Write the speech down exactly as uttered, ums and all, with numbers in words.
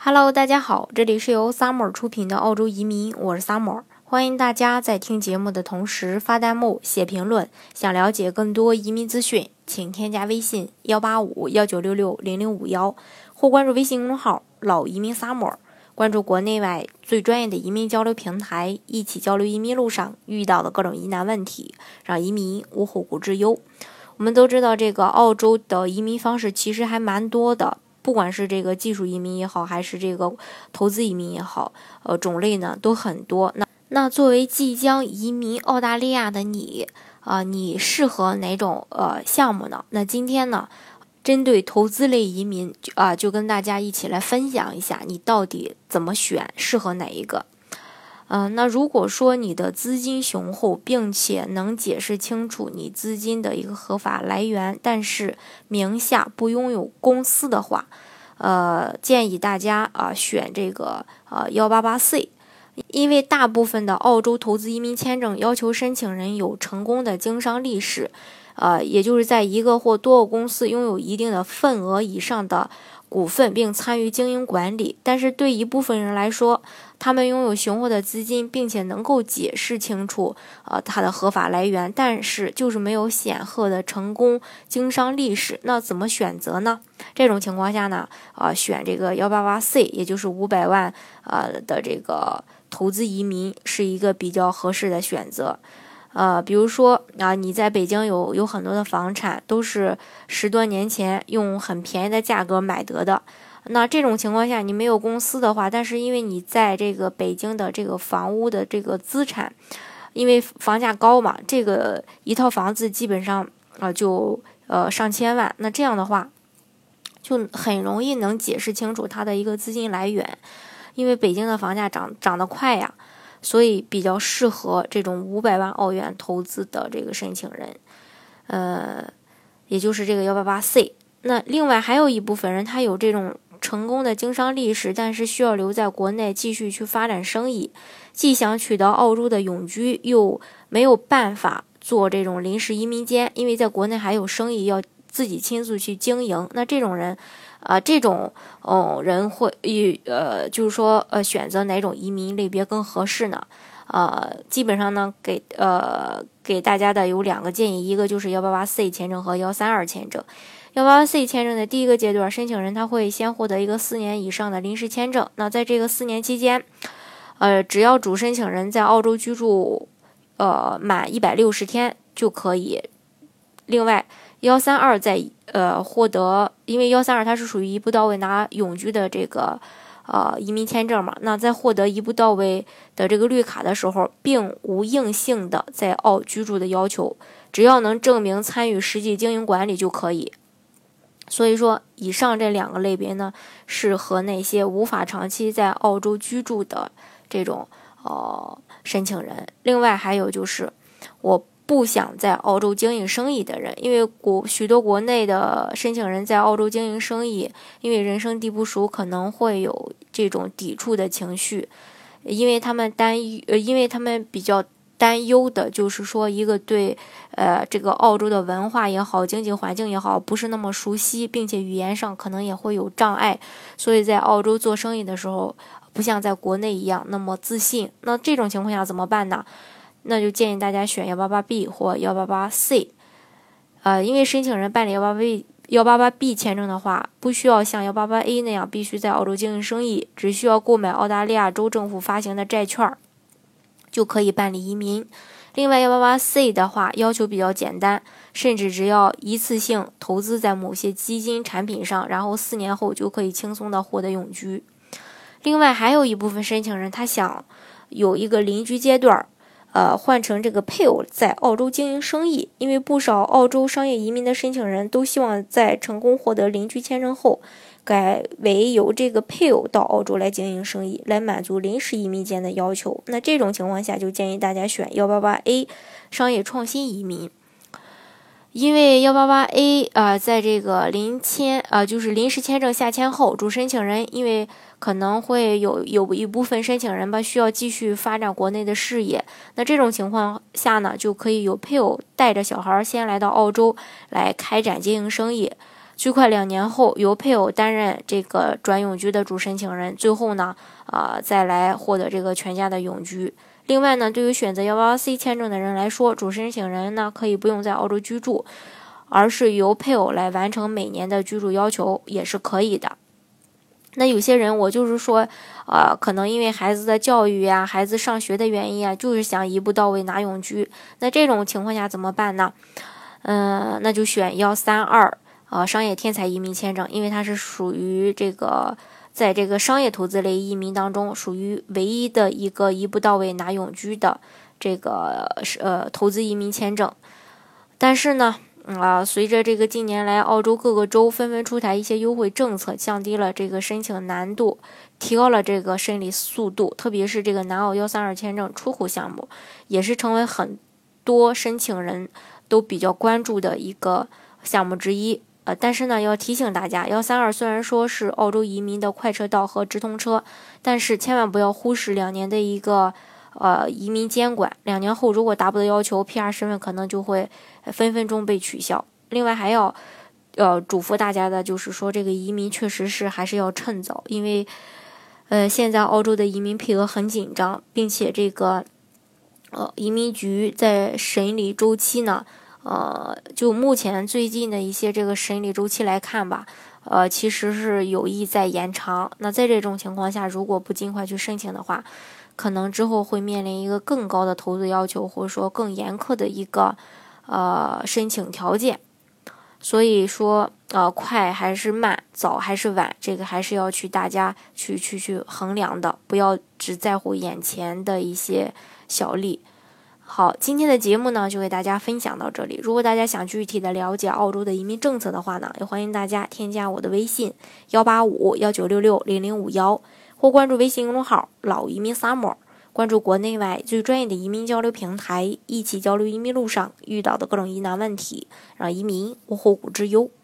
Hello， 大家好，这里是由 Summer 出品的澳洲移民，我是 Summer， 欢迎大家在听节目的同时发弹幕、写评论。想了解更多移民资讯，请添加微信幺八五幺九六六零零五幺，或关注微信公众号老移民 Summer， 关注国内外最专业的移民交流平台，一起交流移民路上遇到的各种疑难问题，让移民无后顾之忧。我们都知道，这个澳洲的移民方式其实还蛮多的。不管是这个技术移民也好，还是这个投资移民也好，呃，种类呢都很多。那那作为即将移民澳大利亚的你，啊、呃，你适合哪种呃项目呢？那今天呢，针对投资类移民啊、呃，就跟大家一起来分享一下，你到底怎么选，适合哪一个？嗯、呃，那如果说你的资金雄厚，并且能解释清楚你资金的一个合法来源，但是名下不拥有公司的话，呃，建议大家啊、呃、选这个呃 一八八 C， 因为大部分的澳洲投资移民签证要求申请人有成功的经商历史，呃，也就是在一个或多个公司拥有一定的份额以上的股份，并参与经营管理。但是对一部分人来说，他们拥有雄厚的资金，并且能够解释清楚呃它的合法来源，但是就是没有显赫的成功经商历史。那怎么选择呢？这种情况下呢，呃，选这个 一八八 C， 也就是五百万呃的这个投资移民是一个比较合适的选择。呃，比如说啊、呃，你在北京有有很多的房产，都是十多年前用很便宜的价格买得的。那这种情况下，你没有公司的话，但是因为你在这个北京的这个房屋的这个资产，因为房价高嘛，这个一套房子基本上啊、呃、就呃上千万，那这样的话，就很容易能解释清楚它的一个资金来源，因为北京的房价涨涨得快呀。所以比较适合这种五百万澳元投资的这个申请人，呃，也就是这个 一八八 C。那另外还有一部分人，他有这种成功的经商历史，但是需要留在国内继续去发展生意，既想取得澳洲的永居，又没有办法做这种临时移民监，因为在国内还有生意要自己亲自去经营。那这种人。啊、呃，这种哦人会呃，就是说呃，选择哪种移民类别更合适呢？呃，基本上呢，给呃给大家的有两个建议，一个就是一八八 C 签证和一三二签证。一八八 C 签证的第一个阶段，申请人他会先获得一个四年以上的临时签证。那在这个四年期间，呃，只要主申请人在澳洲居住呃满一百六十天就可以。另外，一三二在呃获得，因为一三二它是属于一步到位拿永居的这个呃移民签证嘛，那在获得一步到位的这个绿卡的时候，并无硬性的在澳居住的要求，只要能证明参与实际经营管理就可以。所以说，以上这两个类别呢，适合那些无法长期在澳洲居住的这种呃申请人。另外还有就是我。不想在澳洲经营生意的人，因为国许多国内的申请人在澳洲经营生意，因为人生地不熟，可能会有这种抵触的情绪，因为他们担呃，因为他们比较担忧的就是说，一个对呃这个澳洲的文化也好，经济环境也好，不是那么熟悉，并且语言上可能也会有障碍，所以在澳洲做生意的时候，不像在国内一样那么自信。那这种情况下怎么办呢？那就建议大家选 一八八 B 或 一八八 C， 呃，因为申请人办理 一八八 B 一八八 B 签证的话，不需要像 一八八 A 那样必须在澳洲经营生意，只需要购买澳大利亚州政府发行的债券就可以办理移民。另外 一八八 C 的话要求比较简单，甚至只要一次性投资在某些基金产品上，然后四年后就可以轻松的获得永居。另外还有一部分申请人他想有一个邻居阶段，呃，换成这个配偶在澳洲经营生意，因为不少澳洲商业移民的申请人都希望在成功获得邻居签证后，改为由这个配偶到澳洲来经营生意，来满足临时移民间的要求。那这种情况下，就建议大家选 一八八 A 商业创新移民。因为 一八八 A 啊、呃，在这个临签啊、呃，就是临时签证下签后，主申请人因为可能会有有一部分申请人吧，需要继续发展国内的事业。那这种情况下呢，就可以有配偶带着小孩先来到澳洲来开展经营生意。 最快两年后由配偶担任这个转永居的主申请人，最后呢，啊、呃、再来获得这个全家的永居。另外呢，对于选择一八八 C 签证的人来说，主申请人呢可以不用在澳洲居住，而是由配偶来完成每年的居住要求，也是可以的。那有些人我就是说，呃，可能因为孩子的教育呀、孩子上学的原因啊，就是想一步到位拿永居。那这种情况下怎么办呢？嗯、呃，那就选幺三二呃商业天才移民签证，因为它是属于这个在这个商业投资类移民当中属于唯一的一个一步到位拿永居的这个呃投资移民签证。但是呢，啊、呃，随着这个近年来澳洲各个州纷纷出台一些优惠政策，降低了这个申请难度，提高了这个审理速度，特别是这个南澳幺三二签证出口项目，也是成为很多申请人都比较关注的一个项目之一。呃，但是呢，要提醒大家，幺三二虽然说是澳洲移民的快车道和直通车，但是千万不要忽视两年的一个呃移民监管。两年后如果达不到要求 ，P R 身份可能就会分分钟被取消。另外还要呃嘱咐大家的就是说，这个移民确实是还是要趁早，因为呃现在澳洲的移民配额很紧张，并且这个呃移民局在审理周期呢。呃，就目前最近的一些这个审理周期来看吧，呃，其实是有意在延长。那在这种情况下，如果不尽快去申请的话，可能之后会面临一个更高的投资要求，或者说更严苛的一个呃申请条件。所以说，呃，快还是慢，早还是晚，这个还是要去大家去去去衡量的，不要只在乎眼前的一些小利。好，今天的节目呢就给大家分享到这里。如果大家想具体的了解澳洲的移民政策的话呢，也欢迎大家添加我的微信幺八五幺九六六零零五幺，或关注微信公众号老移民 Summer， 关注国内外最专业的移民交流平台，一起交流移民路上遇到的各种疑难问题，让移民无后顾之忧。